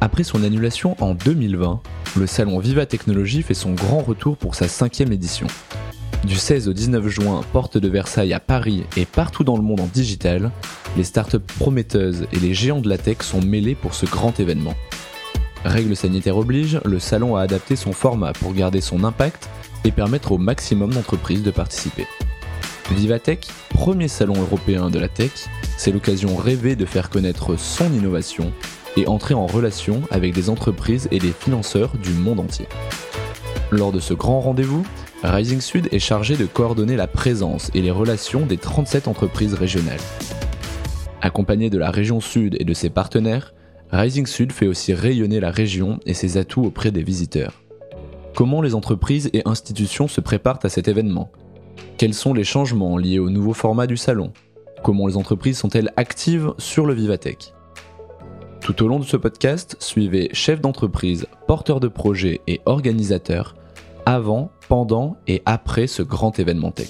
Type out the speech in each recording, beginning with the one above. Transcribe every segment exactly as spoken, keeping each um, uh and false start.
Après son annulation en deux mille vingt, le salon Viva Technology fait son grand retour pour sa cinquième édition. Du seize au dix-neuf juin, porte de Versailles à Paris et partout dans le monde en digital, les startups prometteuses et les géants de la tech sont mêlés pour ce grand événement. Règles sanitaires oblige, le salon a adapté son format pour garder son impact et permettre au maximum d'entreprises de participer. Vivatech, premier salon européen de la tech, c'est l'occasion rêvée de faire connaître son innovation et entrer en relation avec des entreprises et des financeurs du monde entier. Lors de ce grand rendez-vous, Rising Sud est chargé de coordonner la présence et les relations des trente-sept entreprises régionales. Accompagné de la région Sud et de ses partenaires, Rising Sud fait aussi rayonner la région et ses atouts auprès des visiteurs. Comment les entreprises et institutions se préparent à cet événement ? Quels sont les changements liés au nouveau format du salon ? Comment les entreprises sont-elles actives sur le Vivatech ? Tout au long de ce podcast, suivez chefs d'entreprise, porteurs de projets et organisateurs avant, pendant et après ce grand événement tech.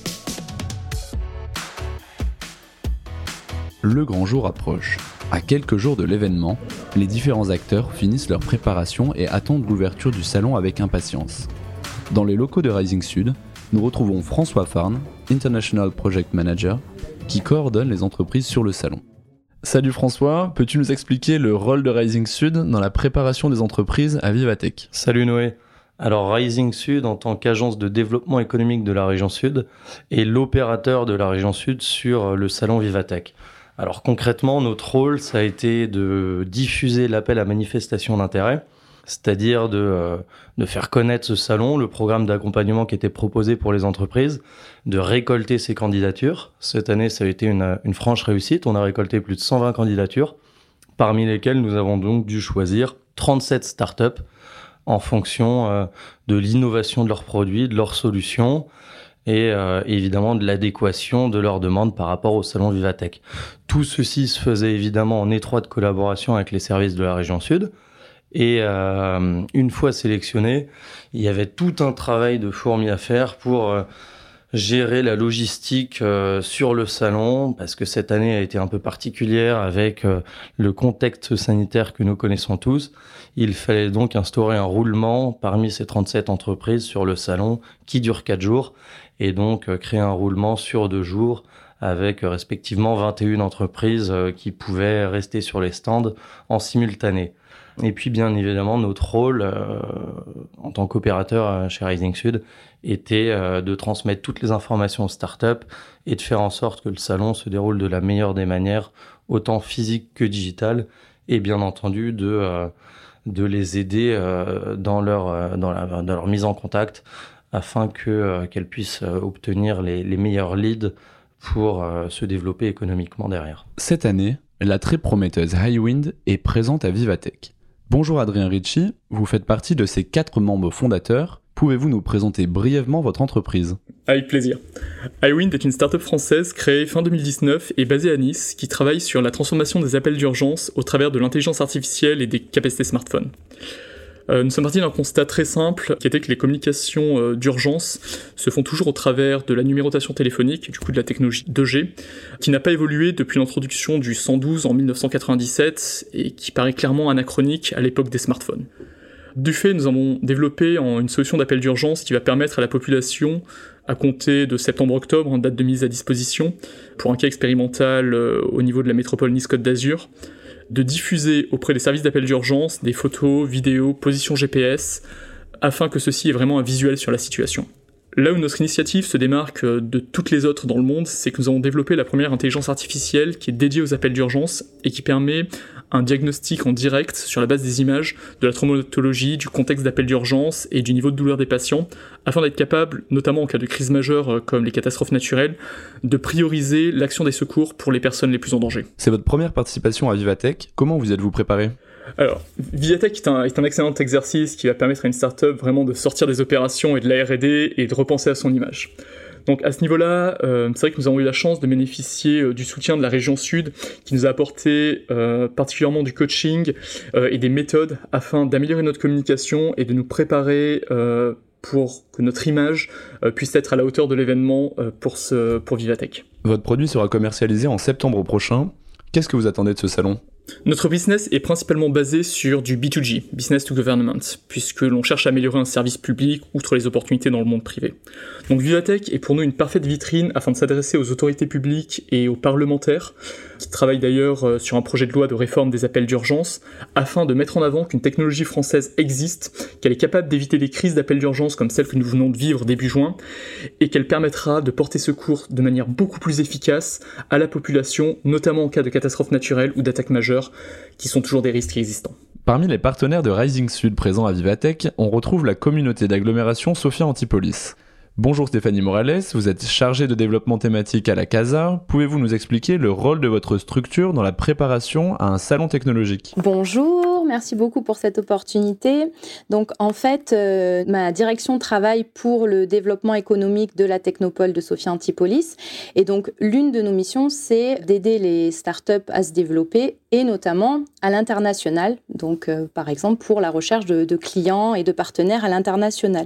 Le grand jour approche. À quelques jours de l'événement, les différents acteurs finissent leur préparation et attendent l'ouverture du salon avec impatience. Dans les locaux de Rising Sud, nous retrouvons François Farn, International Project Manager, qui coordonne les entreprises sur le salon. Salut François, peux-tu nous expliquer le rôle de Rising Sud dans la préparation des entreprises à Vivatech ? Salut Noé. Alors Rising Sud, en tant qu'agence de développement économique de la région Sud, est l'opérateur de la région Sud sur le salon Vivatech. Alors concrètement, notre rôle, ça a été de diffuser l'appel à manifestation d'intérêt, c'est-à-dire de, euh, de faire connaître ce salon, le programme d'accompagnement qui était proposé pour les entreprises, de récolter ces candidatures. Cette année, ça a été une, une franche réussite. On a récolté plus de cent vingt candidatures, parmi lesquelles nous avons donc dû choisir trente-sept startups en fonction euh, de l'innovation de leurs produits, de leurs solutions et euh, évidemment de l'adéquation de leurs demandes par rapport au salon Vivatech. Tout ceci se faisait évidemment en étroite collaboration avec les services de la région Sud. Et euh, une fois sélectionné, il y avait tout un travail de fourmi à faire pour euh, gérer la logistique euh, sur le salon, parce que cette année a été un peu particulière avec euh, le contexte sanitaire que nous connaissons tous. Il fallait donc instaurer un roulement parmi ces trente-sept entreprises sur le salon qui dure quatre jours, et donc euh, créer un roulement sur deux jours avec euh, respectivement vingt et une entreprises euh, qui pouvaient rester sur les stands en simultané. Et puis, bien évidemment, notre rôle euh, en tant qu'opérateur euh, chez Rising Sud était euh, de transmettre toutes les informations aux startups et de faire en sorte que le salon se déroule de la meilleure des manières, autant physique que digitale, et bien entendu de, euh, de les aider euh, dans, leur, euh, dans, la, dans leur mise en contact afin que, euh, qu'elles puissent euh, obtenir les, les meilleurs leads pour euh, se développer économiquement derrière. Cette année, la très prometteuse Highwind est présente à Vivatech. Bonjour Adrien Ricci, vous faites partie de ces quatre membres fondateurs. Pouvez-vous nous présenter brièvement votre entreprise ? Avec plaisir. Highwind est une start-up française créée fin deux mille dix-neuf et basée à Nice qui travaille sur la transformation des appels d'urgence au travers de l'intelligence artificielle et des capacités smartphones. Euh, nous sommes partis d'un constat très simple qui était que les communications euh, d'urgence se font toujours au travers de la numérotation téléphonique, du coup de la technologie deux G, qui n'a pas évolué depuis l'introduction du cent douze en mille neuf cent quatre-vingt-dix-sept et qui paraît clairement anachronique à l'époque des smartphones. Du fait, nous avons développé en une solution d'appel d'urgence qui va permettre à la population, à compter de septembre-octobre, en date de mise à disposition, pour un cas expérimental euh, au niveau de la métropole Nice-Côte d'Azur, de diffuser auprès des services d'appel d'urgence des photos, vidéos, positions G P S, afin que ceci ait vraiment un visuel sur la situation. Là où notre initiative se démarque de toutes les autres dans le monde, c'est que nous avons développé la première intelligence artificielle qui est dédiée aux appels d'urgence et qui permet un diagnostic en direct sur la base des images de la traumatologie, du contexte d'appel d'urgence et du niveau de douleur des patients, afin d'être capable, notamment en cas de crise majeure comme les catastrophes naturelles, de prioriser l'action des secours pour les personnes les plus en danger. C'est votre première participation à Vivatech. Comment vous êtes-vous préparé ? Alors, Vivatech est un, est un excellent exercice qui va permettre à une startup vraiment de sortir des opérations et de la R et D et de repenser à son image. Donc à ce niveau-là, euh, c'est vrai que nous avons eu la chance de bénéficier euh, du soutien de la région Sud qui nous a apporté euh, particulièrement du coaching euh, et des méthodes afin d'améliorer notre communication et de nous préparer euh, pour que notre image euh, puisse être à la hauteur de l'événement euh, pour, ce, pour Vivatech. Votre produit sera commercialisé en septembre prochain. Qu'est-ce que vous attendez de ce salon ? Notre business est principalement basé sur du B deux G, Business to Government, puisque l'on cherche à améliorer un service public outre les opportunités dans le monde privé. Donc Vivatech est pour nous une parfaite vitrine afin de s'adresser aux autorités publiques et aux parlementaires, qui travaillent d'ailleurs sur un projet de loi de réforme des appels d'urgence, afin de mettre en avant qu'une technologie française existe, qu'elle est capable d'éviter des crises d'appels d'urgence comme celle que nous venons de vivre début juin, et qu'elle permettra de porter secours de manière beaucoup plus efficace à la population, notamment en cas de catastrophes naturelles ou d'attaques majeures, qui sont toujours des risques existants. Parmi les partenaires de Rising Sud présents à Vivatech, on retrouve la communauté d'agglomération Sophia Antipolis. Bonjour Stéphanie Morales, vous êtes chargée de développement thématique à la CASA. Pouvez-vous nous expliquer le rôle de votre structure dans la préparation à un salon technologique ? Bonjour, merci beaucoup pour cette opportunité. Donc en fait, euh, ma direction travaille pour le développement économique de la technopole de Sophia Antipolis. Et donc l'une de nos missions, c'est d'aider les startups à se développer et notamment à l'international. Donc euh, par exemple pour la recherche de, de clients et de partenaires à l'international.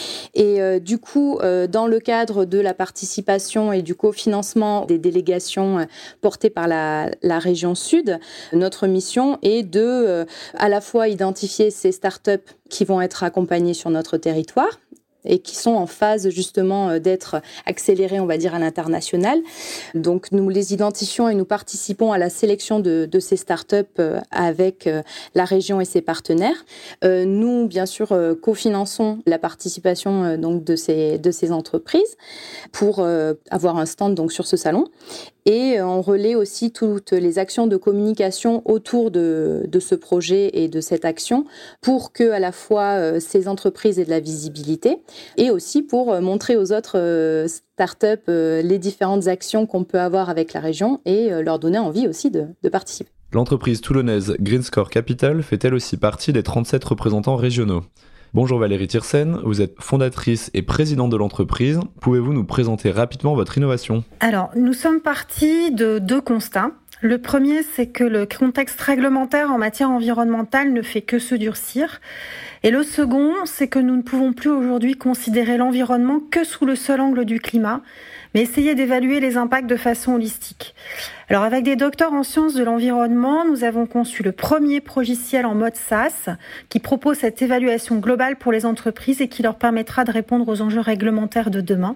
Et euh, du coup, dans le cadre de la participation et du cofinancement des délégations portées par la, la région Sud, notre mission est de euh, à la fois identifier ces startups qui vont être accompagnées sur notre territoire et qui sont en phase justement d'être accélérées, on va dire, à l'international. Donc nous les identifions et nous participons à la sélection de, de ces startups avec la région et ses partenaires. Euh, nous, bien sûr, euh, cofinançons la participation euh, donc de ces, de ces entreprises pour euh, avoir un stand donc, sur ce salon. Et on relaie aussi toutes les actions de communication autour de, de ce projet et de cette action pour que à la fois euh, ces entreprises aient de la visibilité et aussi pour montrer aux autres euh, startups euh, les différentes actions qu'on peut avoir avec la région et euh, leur donner envie aussi de, de participer. L'entreprise toulonnaise Greenscore Capital fait elle aussi partie des trente-sept représentants régionaux. Bonjour Valérie Thiersen, vous êtes fondatrice et présidente de l'entreprise. Pouvez-vous nous présenter rapidement votre innovation ? Alors, nous sommes partis de deux constats. Le premier, c'est que le contexte réglementaire en matière environnementale ne fait que se durcir. Et le second, c'est que nous ne pouvons plus aujourd'hui considérer l'environnement que sous le seul angle du climat, mais essayer d'évaluer les impacts de façon holistique. Alors avec des docteurs en sciences de l'environnement, nous avons conçu le premier logiciel en mode SaaS qui propose cette évaluation globale pour les entreprises et qui leur permettra de répondre aux enjeux réglementaires de demain.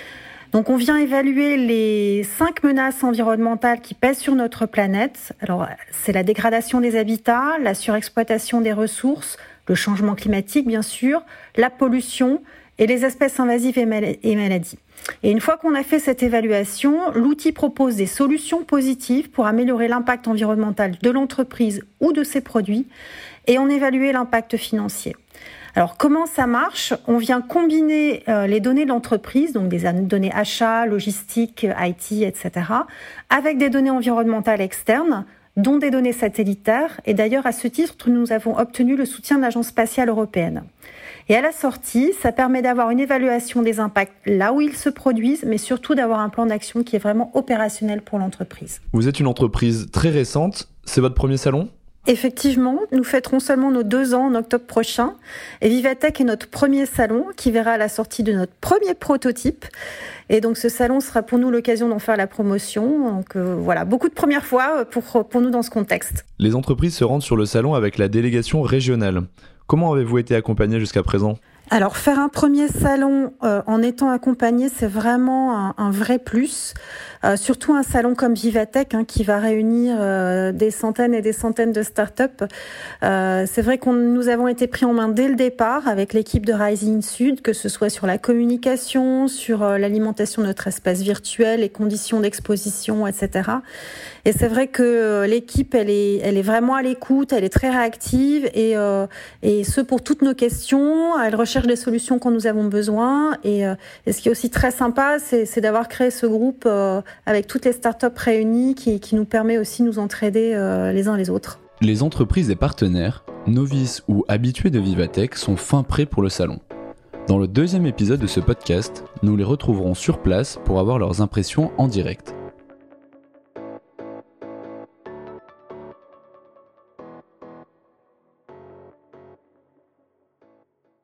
Donc on vient évaluer les cinq menaces environnementales qui pèsent sur notre planète. Alors c'est la dégradation des habitats, la surexploitation des ressources, le changement climatique bien sûr, la pollution et les espèces invasives et maladies. Et une fois qu'on a fait cette évaluation, l'outil propose des solutions positives pour améliorer l'impact environnemental de l'entreprise ou de ses produits et en évaluer l'impact financier. Alors comment ça marche ? On vient combiner euh, les données de l'entreprise, donc des données achats, logistique, I T, et cetera, avec des données environnementales externes, dont des données satellitaires. Et d'ailleurs, à ce titre, nous avons obtenu le soutien de l'Agence spatiale européenne. Et à la sortie, ça permet d'avoir une évaluation des impacts là où ils se produisent, mais surtout d'avoir un plan d'action qui est vraiment opérationnel pour l'entreprise. Vous êtes une entreprise très récente, c'est votre premier salon ? Effectivement, nous fêterons seulement nos deux ans en octobre prochain. Et Vivatech est notre premier salon qui verra la sortie de notre premier prototype. Et donc ce salon sera pour nous l'occasion d'en faire la promotion. Donc euh, voilà, beaucoup de premières fois pour, pour nous dans ce contexte. Les entreprises se rendent sur le salon avec la délégation régionale. Comment avez-vous été accompagné jusqu'à présent ? Alors, faire un premier salon euh, en étant accompagné, c'est vraiment un, un vrai plus. Euh, surtout un salon comme Vivatech, hein, qui va réunir euh, des centaines et des centaines de startups. Euh, c'est vrai que nous avons été pris en main dès le départ avec l'équipe de Rising Sud, que ce soit sur la communication, sur euh, l'alimentation de notre espace virtuel, les conditions d'exposition, et cetera. Et c'est vrai que euh, l'équipe, elle est, elle est vraiment à l'écoute, elle est très réactive et, euh, et ce pour toutes nos questions. Elle recherche des solutions quand nous avons besoin. Et, euh, et ce qui est aussi très sympa, c'est, c'est d'avoir créé ce groupe euh, avec toutes les startups réunies qui, qui nous permet aussi de nous entraider euh, les uns les autres. Les entreprises et partenaires, novices ou habitués de Vivatech, sont fin prêts pour le salon. Dans le deuxième épisode de ce podcast, nous les retrouverons sur place pour avoir leurs impressions en direct.